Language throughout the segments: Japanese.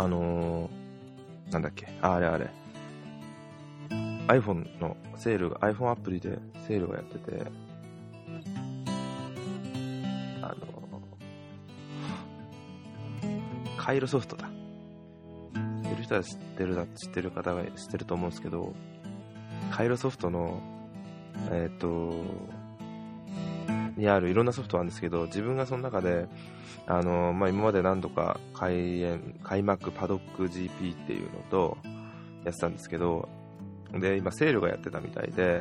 なんだっけ、あれ iPhone のセールが iPhone アプリでセールがやってて、カイロソフトだ。知ってる人は知ってる方が知ってると思うんですけど、カイロソフトのにあるいろんなソフトなんですけど、自分がその中で今まで何度か開幕パドック GP っていうのとやってたんですけど、で今セールがやってたみたいで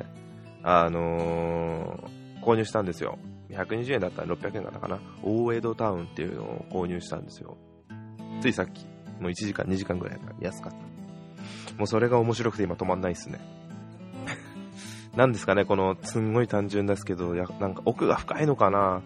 購入したんですよ。120円だったら600円だったかな。大江戸タウンっていうのを購入したんですよ。ついさっき、もう1時間2時間ぐらい安かった。もうそれが面白くて今止まんないっすね。なんですかね、このすんごい単純ですけど、なんか奥が深いのかな。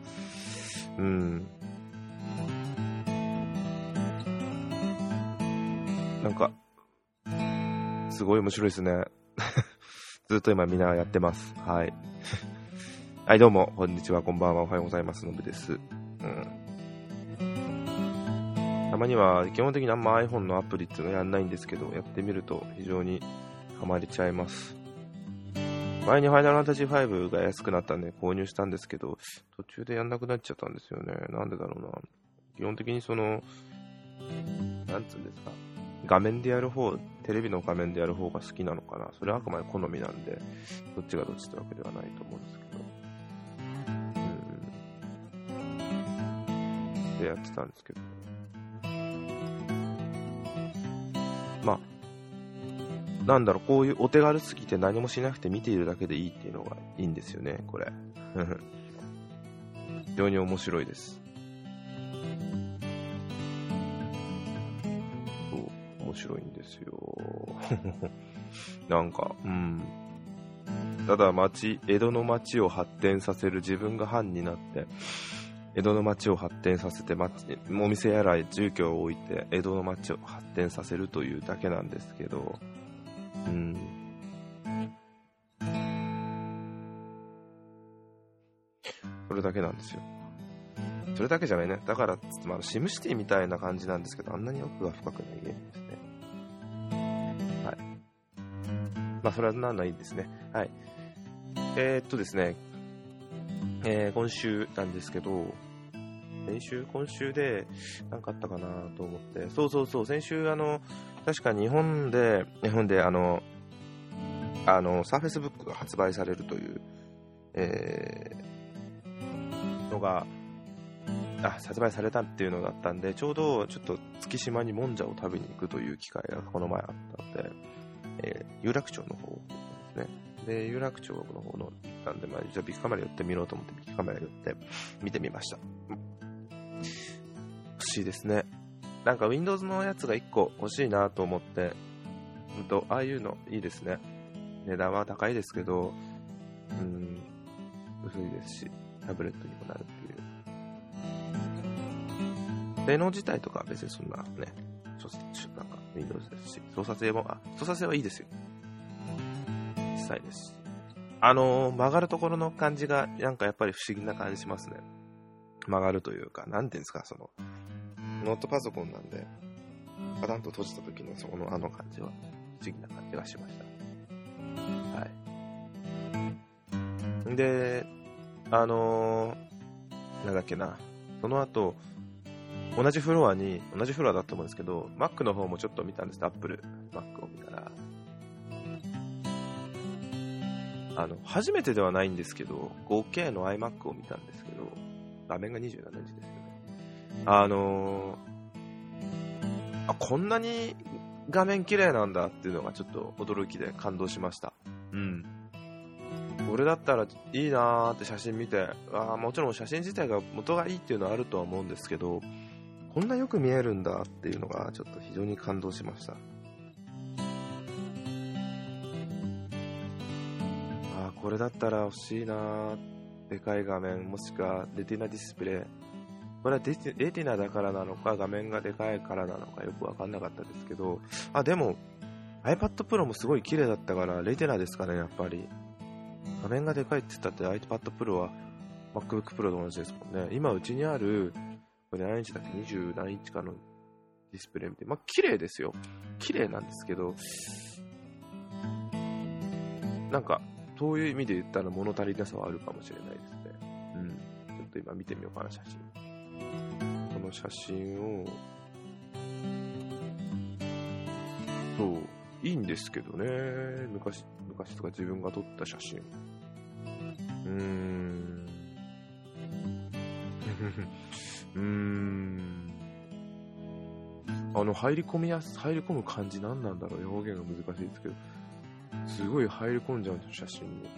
なんかすごい面白いですね。ずっと今みんなやってます。はい。はい、どうもこんにちは、こんばんは、おはようございます。のぶです。たまには基本的にあんま iPhone のアプリっていうのやんないんですけど、やってみると非常にハマれちゃいます。前にファイナルファンタジー5が安くなったんで購入したんですけど、途中でやんなくなっちゃったんですよね。なんでだろうな。基本的になんつうんですか、画面でやる方、テレビの画面でやる方が好きなのかな。それはあくまで好みなんで、どっちがどっちってわけではないと思うんですけど。でやってたんですけど。なんだろう、こういうお手軽すぎて何もしなくて見ているだけでいいっていうのがいいんですよね、これ。非常に面白いです。面白いんですよ。なんか、ただ江戸の町を発展させる、自分が藩になって、江戸の町を発展させて、お店やら住居を置いて、江戸の町を発展させるというだけなんですけど、それだけなんですよ。それだけじゃないね。だからシムシティみたいな感じなんですけど、あんなに奥が深くないゲームですね。はい。それはなんないいですね。はい。ですね、今週なんですけど、今週で何かあったかなと思って、そう、先週確か日本でサーフェスブックが発売されるという、のが発売されたっていうのだったんで、ちょうどちょっと月島にもんじゃを食べに行くという機会がこの前あったので、有楽町の方ですね。で、有楽町の方の行ったんで、じゃあビッグカメラ寄ってみようと思ってビッグカメラ寄って見てみました。欲しいですね。なんか Windows のやつが1個欲しいなと思って、ああいうのいいですね。値段は高いですけど、薄いですし、タブレットにもなるっていう。性能自体とかは別にそんなね、なんか Windows ですし、操作性はいいですよ。実際ですし。曲がるところの感じが、なんかやっぱり不思議な感じしますね。曲がるというか、なんていうんですか、ノートパソコンなんで、パタンと閉じた時の感じは不思議な感じがしました。はい。で、なんだっけな、その後、同じフロアだったと思うんですけど、Mac の方もちょっと見たんです。Apple Mac を見たら。初めてではないんですけど、5K の iMac を見たんですけど、画面が27インチですよね。こんなに画面綺麗なんだっていうのがちょっと驚きで感動しました。これだったらいいなーって写真見て、もちろん写真自体が元がいいっていうのはあるとは思うんですけど、こんなよく見えるんだっていうのがちょっと非常に感動しました。これだったら欲しいなー。でかい画面、もしくはレティナディスプレイ。これはレティナだからなのか、画面がでかいからなのかよくわかんなかったですけど、でも iPad Pro もすごい綺麗だったからレティナですかね、やっぱり。画面がでかいって言ったって iPad Pro は MacBook Pro と同じですもんね。今うちにあるこれ何インチだっけ、20何インチかのディスプレイ見て、まあ綺麗ですよ。綺麗なんですけど、なんかそういう意味で言ったら物足りなさはあるかもしれないですね。ちょっと今見てみようかな、写真。この写真を、そういいんですけどね。昔とか自分が撮った写真。入り込む感じ何なんだろう。表現が難しいですけど、すごい入り込んじゃうんですよ、写真に。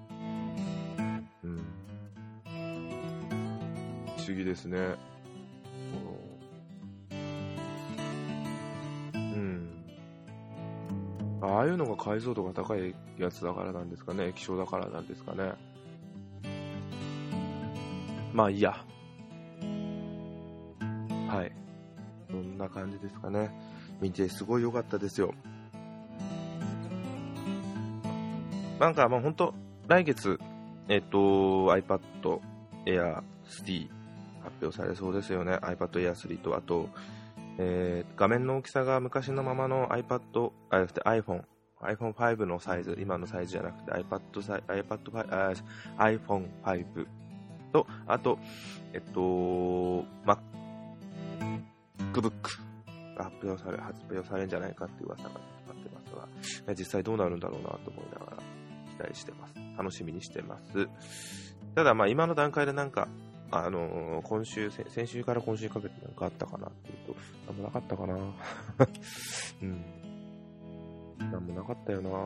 不思議ですね。ああいうのが解像度が高いやつだからなんですかね。液晶だからなんですかね。まあいいや。はい。そんな感じですかね。見てすごい良かったですよ。なんかもうほんと来月iPad Air 3発表されそうですよね。iPad Air 3と、あと、画面の大きさが昔のままの iPhone5 のサイズ、今のサイズじゃなくて iPhone5 と、あとMacBook が発表されるんじゃないかっていう噂があってますが、実際どうなるんだろうなと思いながら期待してます。楽しみにしてます。ただまあ今の段階でなんか先週から今週にかけて何かあったかなっていうと、なんもなかったかな。なんもなかったよな。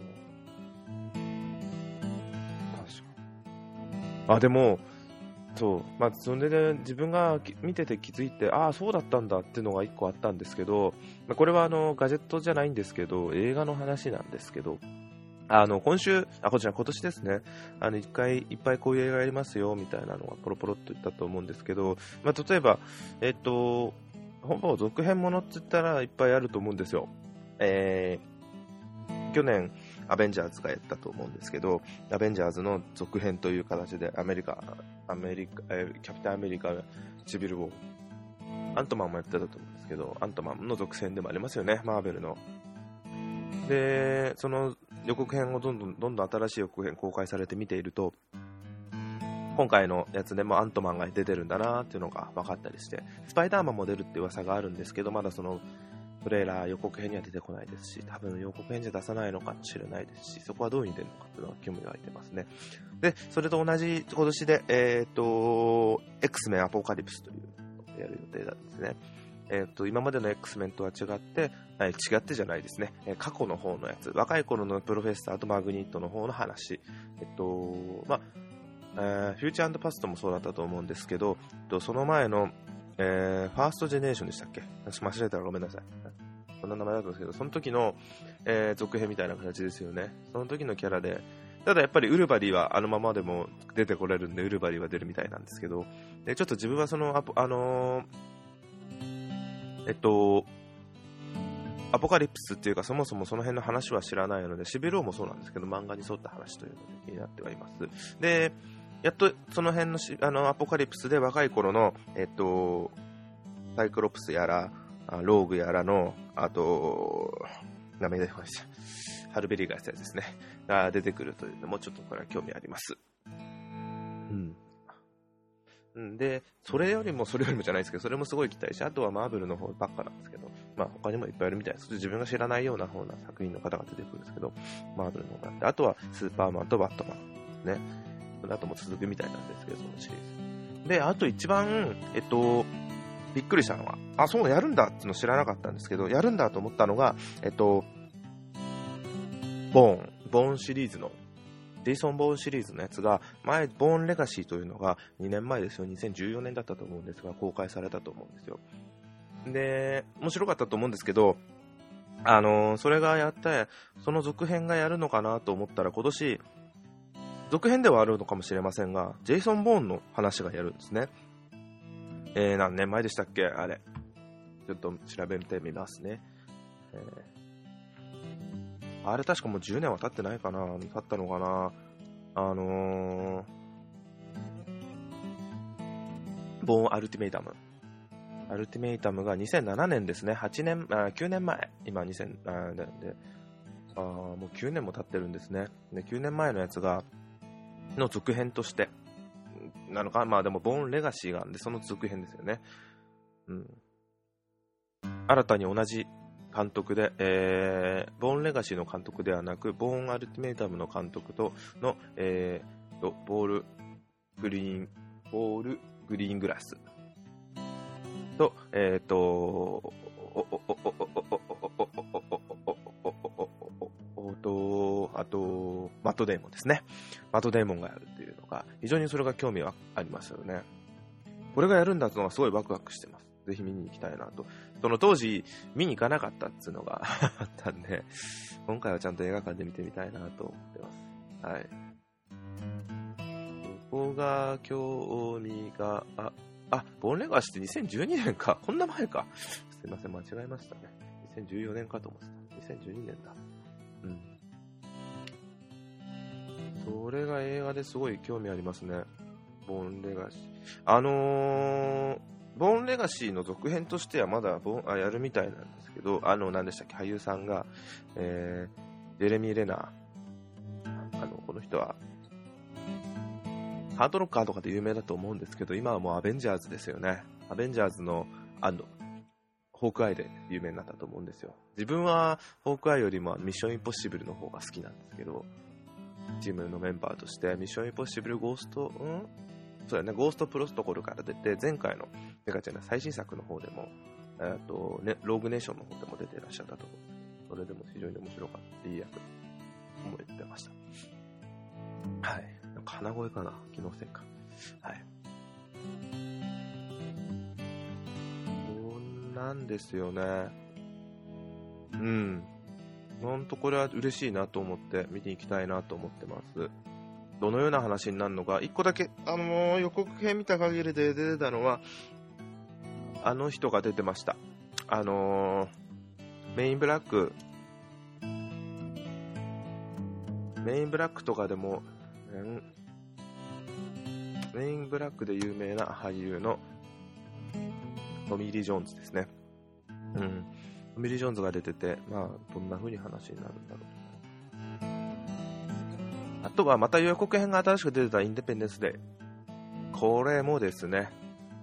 確か。でも、そう。まあ、それで自分が見てて気づいて、そうだったんだっていうのが一個あったんですけど、これはガジェットじゃないんですけど、映画の話なんですけど、今年ですね、いっぱいこういう映画やりますよ、みたいなのがポロポロっと言ったと思うんですけど、例えば、ほぼ続編ものって言ったらいっぱいあると思うんですよ。去年、アベンジャーズがやったと思うんですけど、アベンジャーズの続編という形で、キャプテンアメリカ、シビルウォー、アントマンもやってたと思うんですけど、アントマンの続編でもありますよね、マーベルの。で、その予告編をどんどん新しい予告編公開されて見ていると、今回のやつでもアントマンが出てるんだなっていうのが分かったりして、スパイダーマンも出るって噂があるんですけど、まだそのトレーラー予告編には出てこないですし、多分予告編じゃ出さないのかもしれないですし、そこはどうに出るのかっていうのは興味が湧いてますね。で、それと同じ今年でX メンアポカリプスというのをやる予定なんですね。今までの X メンとは違ってじゃないですね。過去の方のやつ、若い頃のプロフェッサーとマグニットの方の話。フューチャー&パストもそうだったと思うんですけど、その前の、ファーストジェネレーションでしたっけ？間違えたらごめんなさい。そんな名前だったんですけど、その時の、続編みたいな形ですよね。その時のキャラで、ただやっぱりウルバリーはあのままでも出てこれるんで、ウルバリーは出るみたいなんですけど、でちょっと自分はそのアポカリプスっていうか、そもそもその辺の話は知らないので、シビル王もそうなんですけど、漫画に沿った話というので気になってはいます。で、やっとその辺のアポカリプスで若い頃の、サイクロプスやら、ローグやらの、あと、名前出てこないです。ハルベリーがやったやつですね。が出てくるというのもちょっとこれは興味あります。で、それよりもじゃないですけど、それもすごい期待し、あとはマーベルの方ばっかなんですけど、他にもいっぱいあるみたいです。自分が知らないような方な作品の方が出てくるんですけど、マーベルの方があって、あとはスーパーマンとバットマンね。その後も続くみたいなんですけど、そのシリーズ。で、あと一番、びっくりしたのは、そうやるんだっていうの知らなかったんですけど、やるんだと思ったのが、ボーンシリーズの、ジェイソン・ボーンシリーズのやつが、前、ボーンレガシーというのが2年前ですよ、2014年だったと思うんですが、公開されたと思うんですよ。で、面白かったと思うんですけど、それがやって、その続編がやるのかなと思ったら、今年、続編ではあるのかもしれませんが、ジェイソン・ボーンの話がやるんですね。何年前でしたっけあれ。ちょっと調べてみますね。あれ確かもう10年は経ってないかな、経ったのかな。ボーンアルティメイタムアルティメイタムが2007年ですね。9年前。今2000、で、もう9年も経ってるんですね。で、9年前のやつの続編として、なのか、まあでも、ボーンレガシーがあるんで、その続編ですよね。うん。新たに同じ監督で、ボーンレガシーの監督ではなく、ボーンアルティメイタムの監督との、ボールグリーングラスと、あと、マット・デーモンですね。マット・デーモンがやるっていうのが、非常にそれが興味はありますよね。これがやるんだっていうのがすごいワクワクしてます。ぜひ見に行きたいなと。その当時、見に行かなかったっていうのがあったんで、今回はちゃんと映画館で見てみたいなと思ってます。はい。ここが興味が、ボーンレガシーって2012年か。こんな前か。すいません、間違えましたね。2014年かと思ってた。2012年だ。うん。それが映画ですごい興味ありますね。ボーンレガシー。ボーンレガシーの続編としてはまだやるみたいなんですけど、何でしたっけ、俳優さんが、ジェレミー・レナー。この人は、ハートロッカーとかで有名だと思うんですけど、今はもうアベンジャーズですよね。アベンジャーズの、ホークアイで有名になったと思うんですよ。自分はホークアイよりもミッションインポッシブルの方が好きなんですけど、チームのメンバーとしてミッションインポッシブルゴーストプロトコルから出て、前回の最新作の方でも、ローグネーションの方でも出ていらっしゃったと思うんですけど、それでも非常に面白かった、いい役思ってました。はい。なんか鼻声かな、気のせいか。はい。そうなんですよね。うん。ほんとこれは嬉しいなと思って見に行きたいなと思ってます。どのような話になるのか、一個だけ、予告編見た限りで出てたのは、あの人が出てました。メインブラックとかでも、メインブラックで有名な俳優のトミー・リー・ジョーンズですね。うん。トミー・リー・ジョーンズが出てて、まあ、どんな風に話になるんだろう。あとは、また予告編が新しく出てたインデペンデンスデー。これもですね、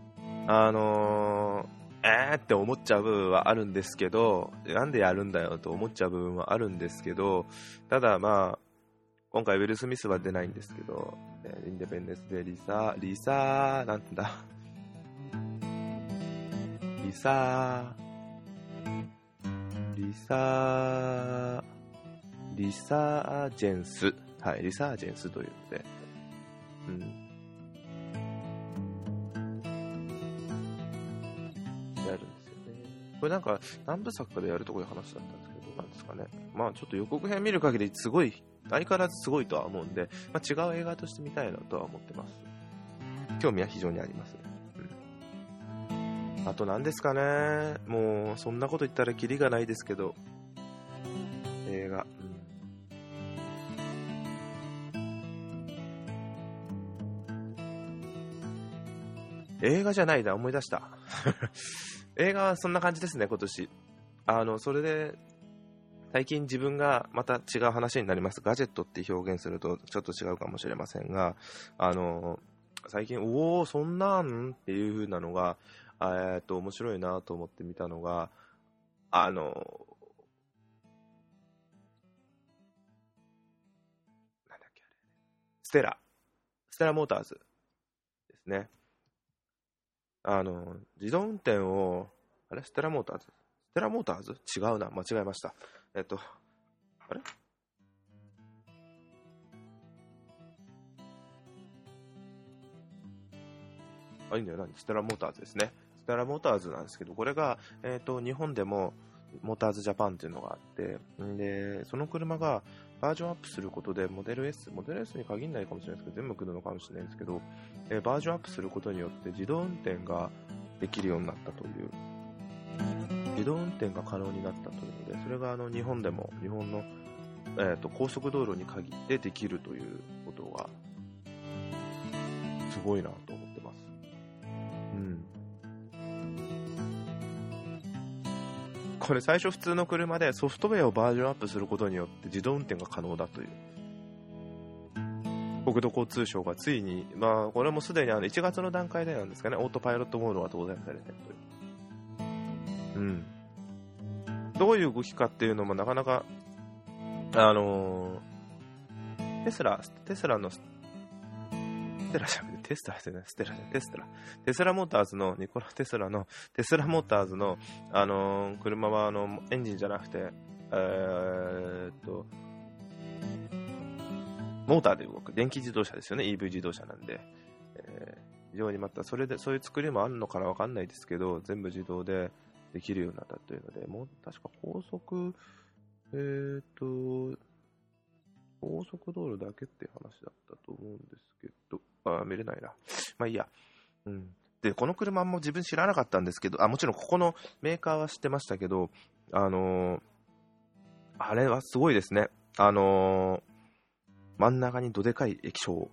って思っちゃう部分はあるんですけど、なんでやるんだよと思っちゃう部分はあるんですけど、ただまあ、今回ウィル・スミスは出ないんですけど、インデペンデンスデーリサージェンス。はい、リサージェンスというので、うん。やるんですよね。これなんか、何部作かでやるところで話だったんですけど、なんですかね。まあちょっと予告編見る限りすごい、相変わらずすごいとは思うんで、まあ、違う映画として見たいなとは思ってます。興味は非常にありますね。うん。あと何ですかね。もう、そんなこと言ったらキリがないですけど、映画。映画じゃないな、思い出した。映画はそんな感じですね、今年。それで、最近自分がまた違う話になります。ガジェットって表現するとちょっと違うかもしれませんが、最近、そんなんっていう風なのが、面白いなと思って見たのが、なんだっけ、ステラモーターズですね。自動運転を、ステラモーターズ違うな、間違えました。あれいいんだよな、ステラモーターズですね。ステラモーターズなんですけど、これが、日本でも、モーターズジャパンっていうのがあって、で、その車がバージョンアップすることで、モデル S に限らないかもしれないですけど、全部来るのかもしれないですけど、バージョンアップすることによって自動運転ができるようになったという、自動運転が可能になったというので、それが日本でも、日本の、高速道路に限ってできるということが、すごいなと思ってます。うん。 これ最初普通の車でソフトウェアをバージョンアップすることによって自動運転が可能だという。国土交通省がついに、これもすでに1月の段階でなんですかね、オートパイロットモードが搭載されているという。どういう動きかっていうのもなかなか、テスラモーターズのニコラ・テスラモーターズの、車はエンジンじゃなくて、モーターで動く電気自動車ですよね。 EV 自動車なんで、非常にまたそういう作りもあるのかなわかんないですけど、全部自動でできるようになったというので、もう確か高速道路だけって話だったと思うんですけど、見れないな。まあいいや。で、この車も自分知らなかったんですけど、もちろんここのメーカーは知ってましたけど、あれはすごいですね。真ん中にどでかい液晶。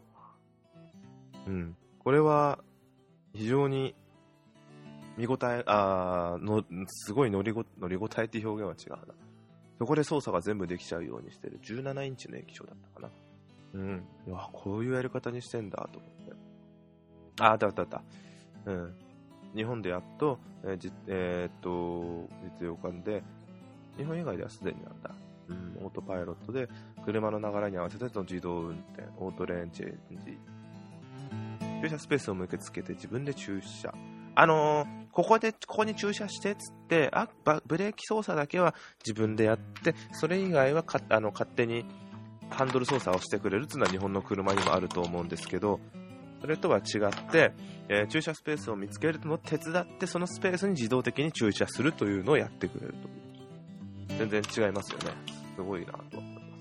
これは非常に見応え、すごい乗り応えっていう表現は違うな。そこで操作が全部できちゃうようにしてる17インチの液晶だったかな。こういうやり方にしてんだと思って。あった。日本でやっと、実用化で、日本以外ではすでになんだ。オートパイロットで車の流れに合わせての自動運転、オートレーンチェンジ、駐車スペースを向けつけて自分で駐車。ここに駐車してっつって、ブレーキ操作だけは自分でやって、それ以外は勝手にハンドル操作をしてくれるっていうのは日本の車にもあると思うんですけど、それとは違って、駐車スペースを見つけるのを手伝って、そのスペースに自動的に駐車するというのをやってくれるという。全然違いますよね。すごいなと思います。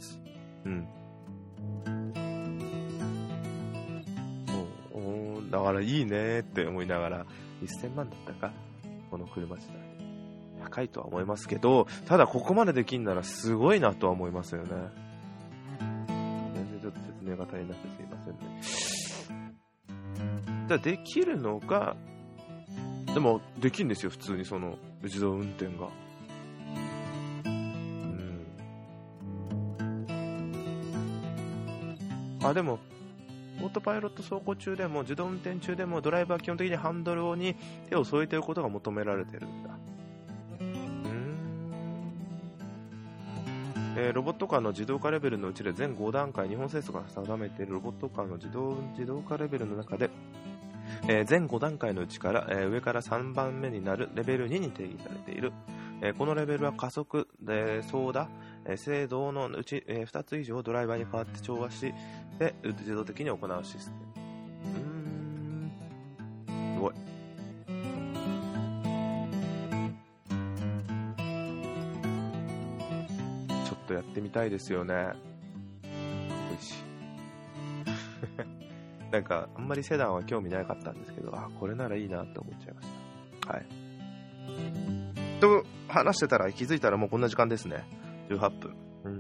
だからいいねって思いながら、1000万だったかこの車自体。高いとは思いますけど、ただここまでできんならすごいなとは思いますよね。全然ちょっと説明が足りなくてすいませんね。じゃあできるのが、でもできるんですよ、普通にその自動運転が。でもオートパイロット走行中でも自動運転中でもドライバーは基本的にハンドルに手を添えていることが求められているんだ。ロボットカーの自動化レベルのうちで全5段階、日本政府が定めているロボットカーの自動化レベルの中で、全5段階のうちから、上から3番目になるレベル2に定義されている。このレベルは加速、操舵、制動のうち、2つ以上ドライバーに代わって調和し、で自動的に行うシステム。すごい。ちょっとやってみたいですよね。おいしい。なんかあんまりセダンは興味なかったんですけど、これならいいなって思っちゃいました。と話してたら気づいたらもうこんな時間ですね。18分。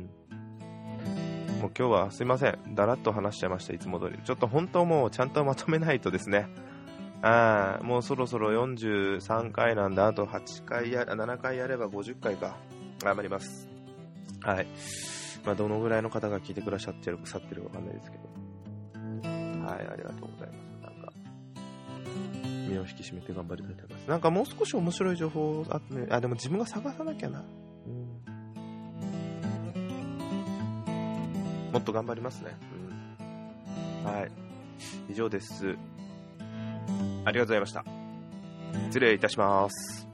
もう今日はすいません、だらっと話しちゃいました。いつも通りちょっと本当もうちゃんとまとめないとですね。もうそろそろ43回なんで、あと7回やれば50回か。頑張ります。どのぐらいの方が聞いてくださってるかわかんないですけど、ありがとうございます。なんか身を引き締めて頑張りたいと思います。なんかもう少し面白い情報でも自分が探さなきゃな。もっと頑張りますね。以上です。ありがとうございました。失礼いたします。